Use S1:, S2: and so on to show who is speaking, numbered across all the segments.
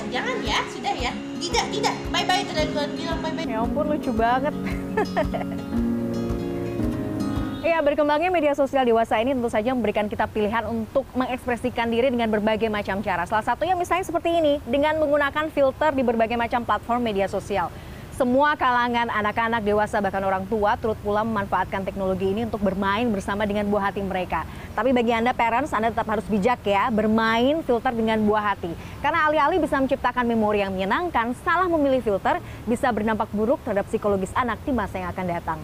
S1: jangan ya, sudah ya. Tidak, bye-bye, terlalu bilang bye-bye.
S2: Ya ampun, lucu banget. Ya, berkembangnya media sosial dewasa ini tentu saja memberikan kita pilihan untuk mengekspresikan diri dengan berbagai macam cara. Salah satunya misalnya seperti ini, dengan menggunakan filter di berbagai macam platform media sosial. Semua kalangan, anak-anak, dewasa, bahkan orang tua turut pula memanfaatkan teknologi ini untuk bermain bersama dengan buah hati mereka. Tapi bagi Anda parents, Anda tetap harus bijak ya, bermain filter dengan buah hati. Karena alih-alih bisa menciptakan memori yang menyenangkan, salah memilih filter bisa berdampak buruk terhadap psikologis anak di masa yang akan datang.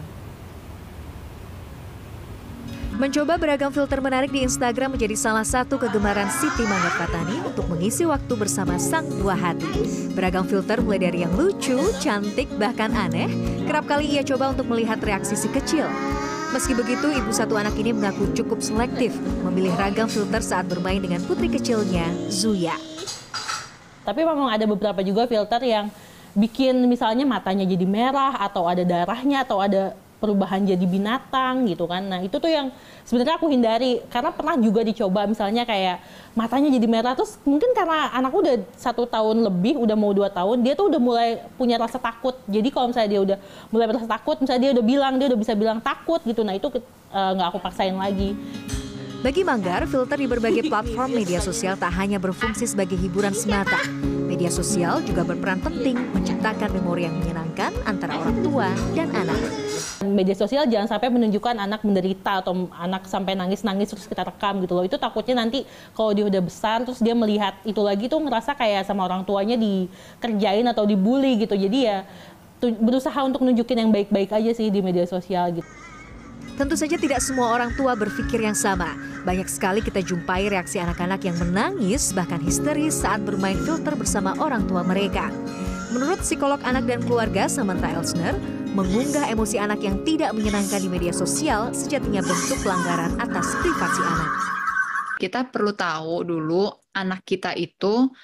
S3: Mencoba beragam filter menarik di Instagram menjadi salah satu kegemaran Siti Manggar-Fatani untuk mengisi waktu bersama sang buah hati. Beragam filter mulai dari yang lucu, cantik, bahkan aneh, kerap kali ia coba untuk melihat reaksi si kecil. Meski begitu, ibu satu anak ini mengaku cukup selektif memilih ragam filter saat bermain dengan putri kecilnya, Zuya.
S1: Tapi memang ada beberapa juga filter yang bikin misalnya matanya jadi merah, atau ada darahnya, atau ada perubahan jadi binatang gitu kan. Nah itu tuh yang sebenarnya aku hindari, karena pernah juga dicoba misalnya kayak matanya jadi merah, terus mungkin karena anakku udah 1 tahun lebih, udah mau 2 tahun, dia tuh udah mulai punya rasa takut. Jadi kalau misalnya dia udah mulai rasa takut, misalnya dia udah bisa bilang takut gitu, nah itu nggak aku paksain lagi.
S3: Bagi Manggar, filter di berbagai platform media sosial tak hanya berfungsi sebagai hiburan semata. Media sosial juga berperan penting menciptakan memori yang menyenangkan antara orang tua dan anak.
S1: Media sosial jangan sampai menunjukkan anak menderita atau anak sampai nangis-nangis terus kita rekam gitu loh. Itu takutnya nanti kalau dia udah besar terus dia melihat itu lagi tuh ngerasa kayak sama orang tuanya dikerjain atau dibully gitu. Jadi ya berusaha untuk nunjukin yang baik-baik aja sih di media sosial gitu.
S3: Tentu saja tidak semua orang tua berpikir yang sama. Banyak sekali kita jumpai reaksi anak-anak yang menangis bahkan histeris saat bermain filter bersama orang tua mereka. Menurut psikolog anak dan keluarga Samantha Elsner, mengunggah emosi anak yang tidak menyenangkan di media sosial sejatinya bentuk pelanggaran atas privasi anak.
S4: Kita perlu tahu dulu anak kita itu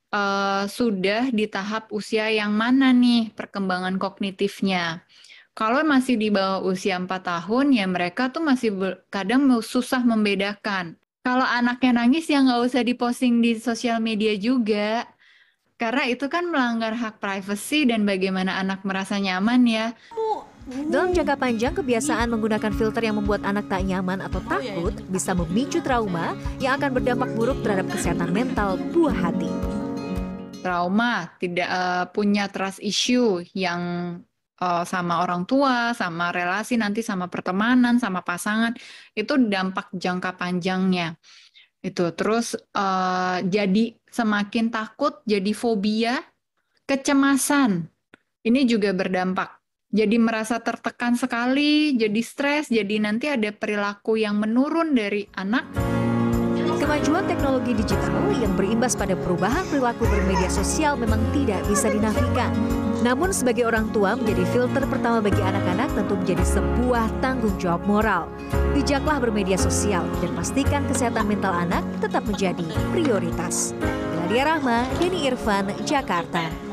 S4: sudah di tahap usia yang mana nih perkembangan kognitifnya. Kalau masih di bawah usia 4 tahun, ya mereka tuh masih kadang susah membedakan. Kalau anaknya nangis, ya nggak usah diposting di sosial media juga. Karena itu kan melanggar hak privasi dan bagaimana anak merasa nyaman ya.
S3: Dalam jangka panjang, kebiasaan menggunakan filter yang membuat anak tak nyaman atau takut bisa memicu trauma yang akan berdampak buruk terhadap kesehatan mental buah hati.
S4: Trauma, tidak punya trust issue yang sama orang tua, sama relasi nanti, sama pertemanan, sama pasangan, itu dampak jangka panjangnya. Itu terus jadi semakin takut, jadi fobia, kecemasan. Ini juga berdampak. Jadi merasa tertekan sekali, jadi stres, jadi nanti ada perilaku yang menurun dari anak.
S3: Kemajuan teknologi digital yang berimbas pada perubahan perilaku bermedia sosial memang tidak bisa dinafikan. Namun sebagai orang tua, menjadi filter pertama bagi anak-anak tentu menjadi sebuah tanggung jawab moral. Bijaklah bermedia sosial dan pastikan kesehatan mental anak tetap menjadi prioritas. Nadia Rahma, Denny Irfan, Jakarta.